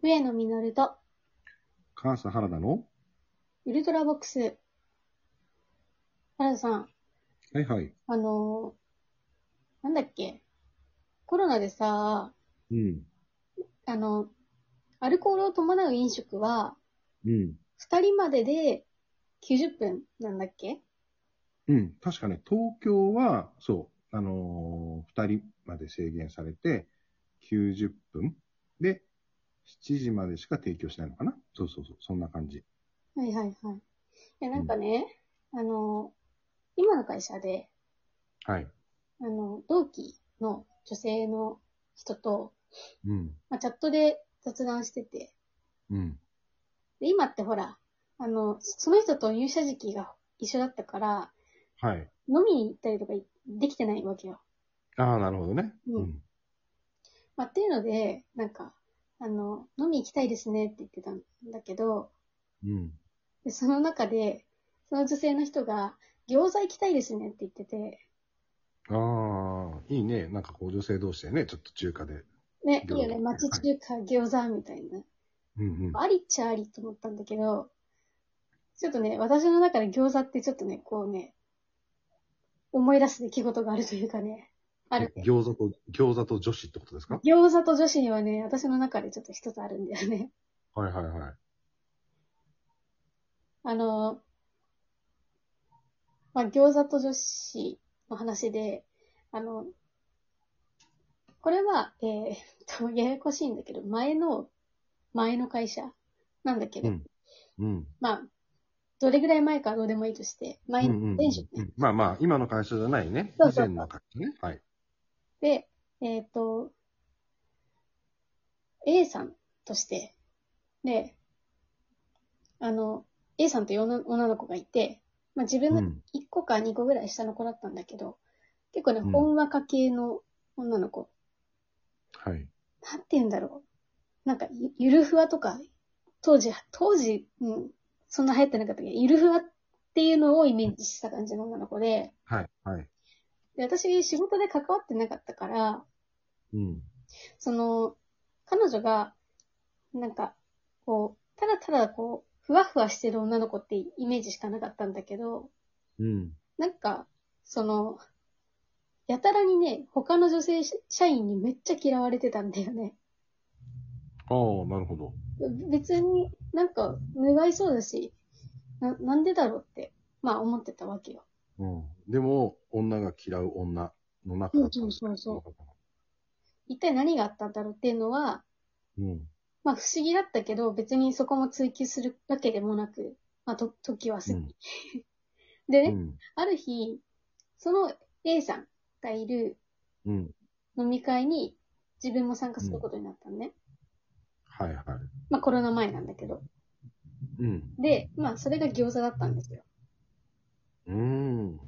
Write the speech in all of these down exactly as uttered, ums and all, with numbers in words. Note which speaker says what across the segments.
Speaker 1: 上野実と
Speaker 2: 母さん原田の
Speaker 1: ウルトラボックス。原田さん、
Speaker 2: はいはい。
Speaker 1: あのー、なんだっけ、コロナでさ、
Speaker 2: うん。
Speaker 1: あの、アルコールを伴う飲食は、
Speaker 2: うん。
Speaker 1: ふたりまでできゅうじゅっぷんなんだっけ？
Speaker 2: うん。確かね、東京は、そう、あのー、ふたりまで制限されて、きゅうじゅっぷんで、しちじまでしか提供しないのかな。そうそうそう、そんな感じ。
Speaker 1: はいはいはい。いや、なん
Speaker 2: うん。
Speaker 1: かね、あのー、今の会社で、
Speaker 2: はい。
Speaker 1: あの、同期の女性の人と、
Speaker 2: うん。
Speaker 1: まあ、チャットで雑談してて、
Speaker 2: うん。
Speaker 1: で、今ってほら、あの、その人と入社時期が一緒だったから、
Speaker 2: はい。
Speaker 1: 飲みに行ったりとかできてないわけよ。
Speaker 2: ああ、なるほどね。
Speaker 1: うん。
Speaker 2: うん。
Speaker 1: まあ、っていうので、なんか、あの、飲み行きたいですねって言ってたんだけど、
Speaker 2: うん。
Speaker 1: でその中で、その女性の人が、餃子行きたいですねって言ってて、
Speaker 2: ああ、いいね。なんかこう、女性同士でね、ちょっと中華で
Speaker 1: ね、いいよね、
Speaker 2: 餃子食って。はい。
Speaker 1: 町中華餃子みたいな。
Speaker 2: うんうん。
Speaker 1: ありっちゃありと思ったんだけど、ちょっとね、私の中で餃子ってちょっとね、こうね、思い出す出来事があるというかね、ある
Speaker 2: え、
Speaker 1: ね。
Speaker 2: 餃子と、餃子と女子ってことですか？
Speaker 1: 餃子と女子にはね、私の中でちょっと一つあるんだよね。
Speaker 2: はいはいはい。
Speaker 1: あの、まあ、餃子と女子の話で、あの、これは、えーっと、ややこしいんだけど、前の、前の会社なんだけど、
Speaker 2: うん。うん。
Speaker 1: まあ、どれぐらい前かはどうでもいいとして、前、
Speaker 2: うんうん
Speaker 1: 前職ね。
Speaker 2: うんうん。まあまあ、今の会社じゃないね。以前
Speaker 1: そうそうそう。
Speaker 2: の会社ね。はい。
Speaker 1: で、えーっと、A さんとして、で、あの、A さんという女女の子がいて、まあ自分の
Speaker 2: うん。
Speaker 1: いっこかにこぐらい下の子だったんだけど、結構ね、
Speaker 2: うん。
Speaker 1: ほんわか系の女の子。
Speaker 2: はい。
Speaker 1: なんて言うんだろう。なんかゆ、ゆるふわとか、当時、当時、うん、そんな流行ってなかったけど、ゆるふわっていうのをイメージした感じの女の子で、
Speaker 2: はい。はい。
Speaker 1: で、私仕事で関わってなかったから、
Speaker 2: うん。
Speaker 1: その、彼女が、なんか、こう、ただただこう、ふわふわしてる女の子ってイメージしかなかったんだけど、
Speaker 2: うん。
Speaker 1: なんか、その、やたらにね、他の女性社員にめっちゃ嫌われてたんだよね。
Speaker 2: ああ、なるほど。
Speaker 1: 別になんか、無害そうだし、な、なんでだろうって、まあ思ってたわけよ。
Speaker 2: うん。でも、女が嫌う女の中
Speaker 1: そうそう
Speaker 2: だったんですね。
Speaker 1: そうそう。
Speaker 2: この方は。
Speaker 1: 一体何があったんだろうっていうのは、
Speaker 2: うん。
Speaker 1: まあ不思議だったけど、別にそこも追求するわけでもなく、まあと、時は過ぎ。
Speaker 2: うん。
Speaker 1: でね、
Speaker 2: うん。
Speaker 1: ある日、その A さんがいる
Speaker 2: うん。
Speaker 1: 飲み会に自分も参加
Speaker 2: うん。
Speaker 1: することになったのね。
Speaker 2: はいはい。
Speaker 1: まあコロナ前なんだけど。
Speaker 2: うん。
Speaker 1: で、まあそれが餃子だったんですよ。
Speaker 2: うーん。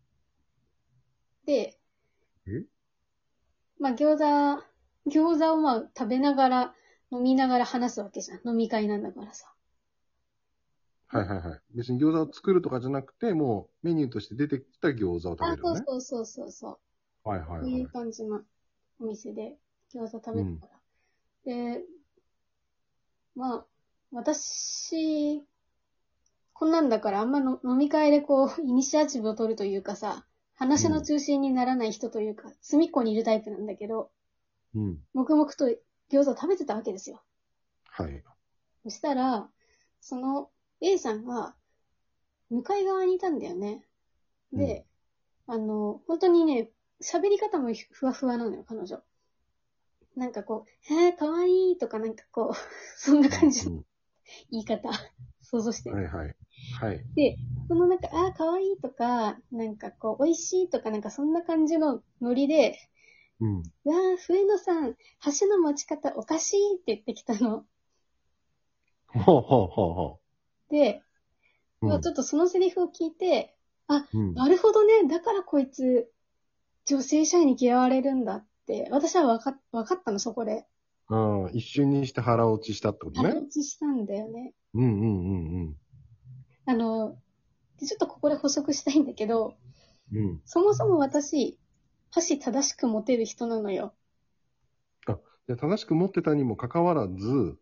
Speaker 1: で、
Speaker 2: え
Speaker 1: まあ餃子、餃子をまあ食べながら、飲みながら話すわけじゃん。飲み会なんだからさ。
Speaker 2: はいはいはい。別に餃子を作るとかじゃなくて、もうメニューとして出てきた餃子を食
Speaker 1: あ、そう
Speaker 2: べるのね。
Speaker 1: そうそうそうそう。
Speaker 2: はいはい
Speaker 1: そういう
Speaker 2: はい。
Speaker 1: 感じのお店で餃子食
Speaker 2: うん。
Speaker 1: べながら。で、まあ、私、こんなんだからあんまの飲み会でこう、イニシアチブを取るというかさ、話の
Speaker 2: うん。
Speaker 1: 中心にならない人というか、隅っこにいるタイプなんだけど、
Speaker 2: うん。
Speaker 1: 黙々と餃子を食べてたわけですよ。
Speaker 2: はい。
Speaker 1: そしたら、その A さんが向かい側にいたんだよね。
Speaker 2: うん。
Speaker 1: で、あの、本当にね、喋り方もふわふわなのよ、彼女。なんかこう、へえ、かわいいとかなんかこう、そんな
Speaker 2: うん。
Speaker 1: 感じの
Speaker 2: うん。
Speaker 1: 言い方、想像してね。
Speaker 2: はいはい。はい。
Speaker 1: で、そのなんか、あー、かわいいとか、なんかこう、美味しいとかなんかそんな感じのノリで、
Speaker 2: うん。
Speaker 1: わー、笛野さん、箸の持ち方おかしいって言ってきたの。
Speaker 2: ほうほうほうほ
Speaker 1: で、
Speaker 2: う。う
Speaker 1: まあ、ち
Speaker 2: ん。
Speaker 1: ょっとそのセリフを聞いて、あ、
Speaker 2: うん。
Speaker 1: なるほどね。だからこいつ、女性社員に嫌われるんだって、私は分かっ、分かったの、そこで。
Speaker 2: ああ、一瞬にして腹落ちしたってことね。
Speaker 1: 腹落ちしたんだよね。
Speaker 2: うんうんうん
Speaker 1: あの、でちょっとここで補足したいんだけど、
Speaker 2: うん。うん。
Speaker 1: そもそも私、箸正しく持てる人なのよ。
Speaker 2: あ、じゃあ正しく持ってたにもかかわらず、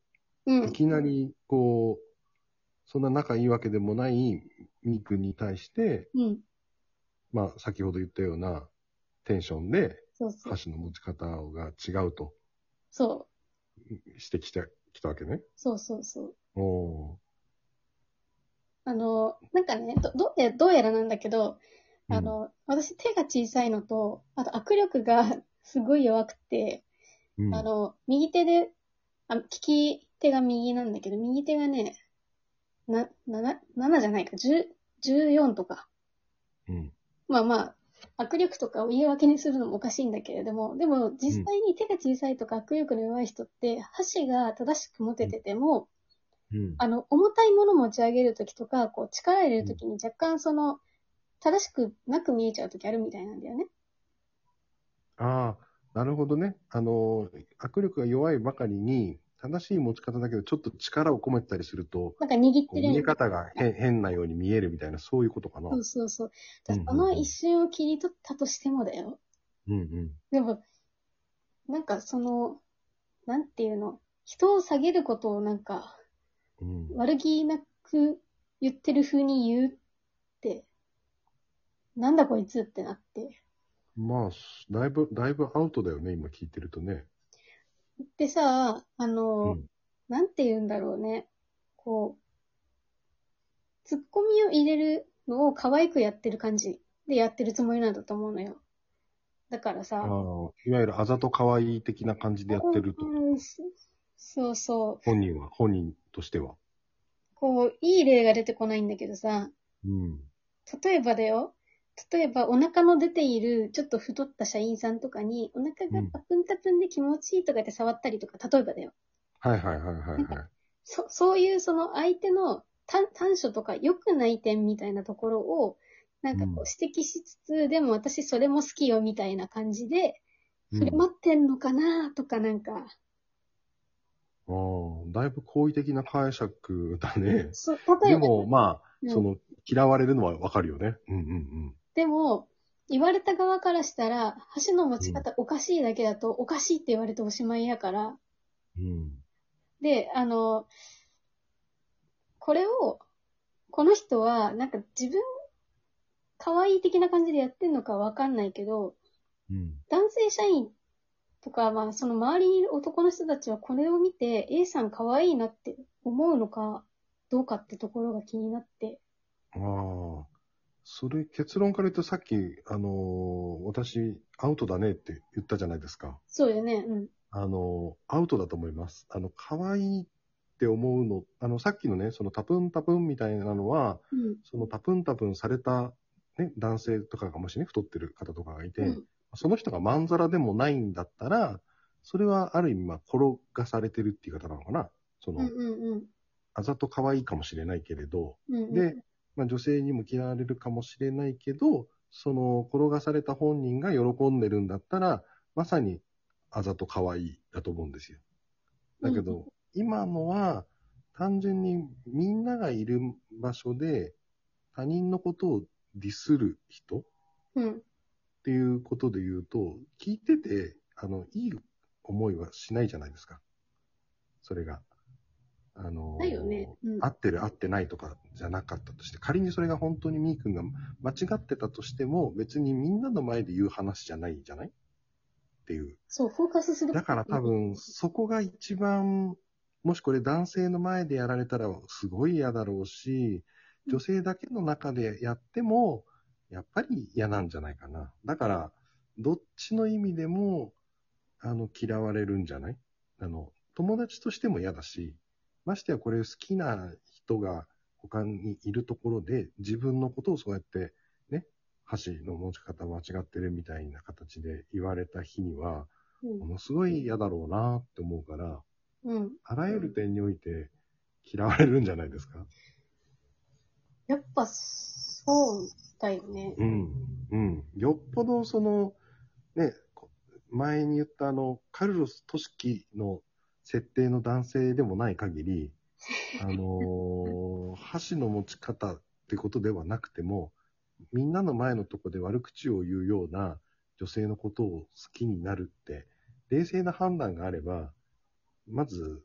Speaker 1: うん。
Speaker 2: いきなり、こう、そんな仲いいわけでもないみーくんに対して、
Speaker 1: うん。
Speaker 2: まあ、先ほど言ったようなテンションで、
Speaker 1: そうそう。
Speaker 2: 箸の持ち方が違うと
Speaker 1: そう。
Speaker 2: 指摘してきたわけね。
Speaker 1: そうそうそう。
Speaker 2: おー。
Speaker 1: あの、なんかね、ど、どうや、どうやらなんだけど、
Speaker 2: うん。
Speaker 1: あの、私手が小さいのと、あと握力がすごい弱くて、
Speaker 2: うん。
Speaker 1: あの、右手で、あ、利き手が右なんだけど、右手がね、な、なな、ななじゃないか、じゅう、じゅうよんとか。
Speaker 2: うん。
Speaker 1: まあまあ、握力とかを言い訳にするのもおかしいんだけれども、でも
Speaker 2: うん。
Speaker 1: 実際に手が小さいとか握力の弱い人って、箸が正しく持ててても、
Speaker 2: うん。
Speaker 1: あの、重たいもの持ち上げるときとか、こう、力入れる
Speaker 2: うん。
Speaker 1: ときに若干その、正しくなく見えちゃうときあるみたいなんだよね。
Speaker 2: ああ、なるほどね。あの、握力が弱いばかりに、正しい持ち方だけど、ちょっと力を込めてたりすると、
Speaker 1: なんか握ってるみたい
Speaker 2: こう見え方が
Speaker 1: な。
Speaker 2: 変変なように見えるみたいな、そういうことかな。
Speaker 1: そうそうそう。
Speaker 2: うん。
Speaker 1: だその一瞬を切り取ったとしてもだよ。
Speaker 2: うん。うん。
Speaker 1: でも、なんかその、なんていうの、人を下げることをなんか、
Speaker 2: うん。
Speaker 1: 悪気なく言ってる風に言うって、なんだこいつってなって。
Speaker 2: まあ、だいぶ、だいぶアウトだよね、今聞いてるとね。
Speaker 1: でさ、あの、
Speaker 2: うん。
Speaker 1: なんて言うんだろうね。こう、ツッコミを入れるのを可愛くやってる感じでやってるつもりなんだと思うのよ。だから
Speaker 2: ああ、
Speaker 1: さ、
Speaker 2: いわゆるあざと可愛い的な感じでやってるってこと
Speaker 1: うん、
Speaker 2: か。
Speaker 1: そうそう。
Speaker 2: 本人は、本人としては。
Speaker 1: こう、いい例が出てこないんだけどさ、
Speaker 2: うん。
Speaker 1: 例えばだよ。例えば、お腹の出ている、ちょっと太った社員さんとかに、お腹
Speaker 2: うん。
Speaker 1: がパプンタプンで気持ちいいとかって触ったりとか、例えばだよ。
Speaker 2: はいはいはいはい
Speaker 1: なんか、
Speaker 2: はい。
Speaker 1: そ、そういうその相手の短短所とか良くない点みたいなところを、なんかこう
Speaker 2: うん。
Speaker 1: 指摘しつつ、でも私それも好きよみたいな感じで、振る
Speaker 2: うん。
Speaker 1: 舞ってんのかなとかなんか、
Speaker 2: ああ、だいぶ好意的な解釈だね。
Speaker 1: そ、例えば、
Speaker 2: でも、まあ、
Speaker 1: うん。
Speaker 2: その、嫌われるのはわかるよね。うんうん
Speaker 1: でも、言われた側からしたら、箸の持
Speaker 2: うん。
Speaker 1: ち方おかしいだけだと、おかしいって言われておしまいやから、
Speaker 2: うん。
Speaker 1: で、あの、これを、この人は、なんか自分、可愛い的な感じでやってんのかわかんないけど、
Speaker 2: うん。
Speaker 1: 男性社員とか、まあ、その周りにいる男の人たちはこれを見て、A さん可愛いなって思うのかどうかってところが気になって。
Speaker 2: ああ、それ結論から言うとさっき、あのー私、アウトだねって言ったじゃないですか。
Speaker 1: そうよね、うん。
Speaker 2: あのーアウトだと思います。あの、可愛いって思うの、あの、さっきのね、そのタプンタプンみたいなのは、
Speaker 1: うん。
Speaker 2: そのタプンタプンされた、ね、男性とかがもしね、太ってる方とかがいて、
Speaker 1: うん。
Speaker 2: その人がまんざらでもないんだったら、それはある意味、まあ、転がされてるって言い方なのかな。そ
Speaker 1: うん
Speaker 2: の、
Speaker 1: うんうん。
Speaker 2: あざと可愛いかもしれないけれど、
Speaker 1: うんうん。
Speaker 2: で、まあ、女性にも嫌われるかもしれないけど、その転がされた本人が喜んでるんだったら、まさにあざと可愛いだと思うんですよ。
Speaker 1: うん。
Speaker 2: だけど、今のは単純にみんながいる場所で他人のことをディスる人っ
Speaker 1: うん。
Speaker 2: ていうことで言うと、聞いてて、あの、いい思いはしないじゃないですか。それが。あ
Speaker 1: だよね。
Speaker 2: の
Speaker 1: うん。
Speaker 2: 合ってる合ってないとかじゃなかったとして、仮にそれが本当にみーくんが間違ってたとしても、別にみんなの前で言う話じゃないじゃないっていう。
Speaker 1: そう、フォーカスする。
Speaker 2: だから多分、そこが一番、もしこれ男性の前でやられたらすごい嫌だろうし、女性だけの中でやっても、やっぱり嫌なんじゃないかな。だから、どっちの意味でも、あの、嫌われるんじゃないあの、友達としても嫌だし、ましてやこれ好きな人が他にいるところで、自分のことをそうやって、ね、箸の持ち方間違ってるみたいな形で言われた日には、
Speaker 1: うん。
Speaker 2: ものすごい嫌だろうなって思うから、
Speaker 1: うん。
Speaker 2: あらゆる点において嫌われるんじゃないですか。
Speaker 1: やっぱ、そうだよね。
Speaker 2: うん。うん。よっぽどその、ね、こ前に言ったあの、カルロス・トシキの設定の男性でもない限り、あのー箸の持ち方ってことではなくても、みんなの前のとこで悪口を言うような女性のことを好きになるって、冷静な判断があれば、まず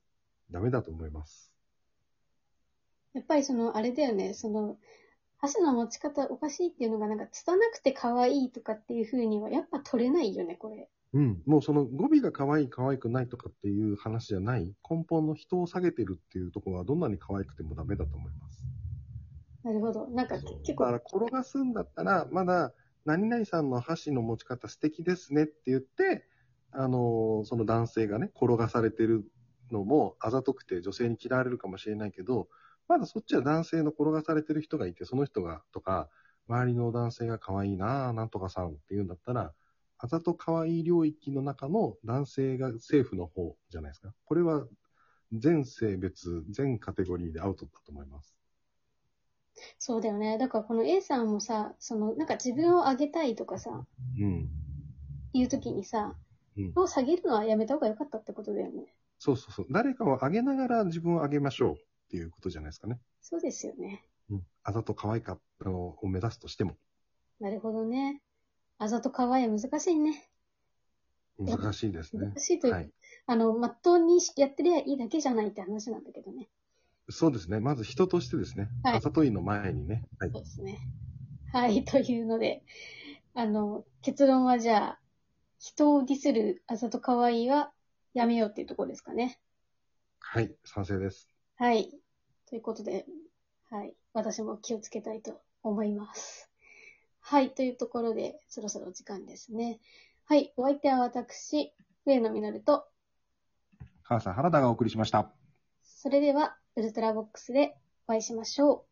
Speaker 2: ダメだと思います。
Speaker 1: やっぱりその、あれだよね、その、箸の持ち方おかしいっていうのが、なんか、拙くて可愛いとかっていう風には、やっぱ取れないよね、これ。
Speaker 2: うん。もうその語尾が可愛い可愛くないとかっていう話じゃない、根本の人を下げてるっていうところはどんなに可愛くてもダメだと思います。
Speaker 1: なるほど。なんか、
Speaker 2: そう
Speaker 1: 結構、
Speaker 2: だから転がすんだったら、まだ、何々さんの箸の持ち方素敵ですねって言って、あのーその男性がね、転がされてるのもあざとくて女性に嫌われるかもしれないけど、まだそっちは男性の転がされてる人がいて、その人が、とか、周りの男性が可愛いなぁ、なんとかさんって言うんだったら、あざと可愛い領域の中の男性がセーフの方じゃないですか。これは全性別、全カテゴリーでアウトだと思います。
Speaker 1: そうだよね。だからこの A さんもさ、その、なんか自分を上げたいとかさ、
Speaker 2: うん。
Speaker 1: いう時にさ、
Speaker 2: うん。
Speaker 1: 人を下げるのはやめた方が良かったってことだよね。
Speaker 2: そうそうそう。誰かを上げながら自分を上げましょうっていうことじゃないですかね。
Speaker 1: そうですよね。
Speaker 2: うん。あざと可愛かったのを目指すとしても。
Speaker 1: なるほどね。あざと可愛い難しいね。
Speaker 2: 難しいですね。
Speaker 1: 難しいというか、
Speaker 2: はい。
Speaker 1: あの、まっとうにやってりゃいいだけじゃないって話なんだけどね。
Speaker 2: そうですね。まず人としてですね。
Speaker 1: はい
Speaker 2: あざといの前にね。はい。
Speaker 1: そうですね。はい、というので、あの、結論はじゃあ、人をディスるあざと可愛いはやめようっていうところですかね。
Speaker 2: はい。賛成です。
Speaker 1: はい。ということで、はい。私も気をつけたいと思います。はい。というところで、そろそろお時間ですね。はい。お相手は私、上野実と、
Speaker 2: 母さん、原田がお送りしました。
Speaker 1: それでは、ウルトラボックスでお会いしましょう。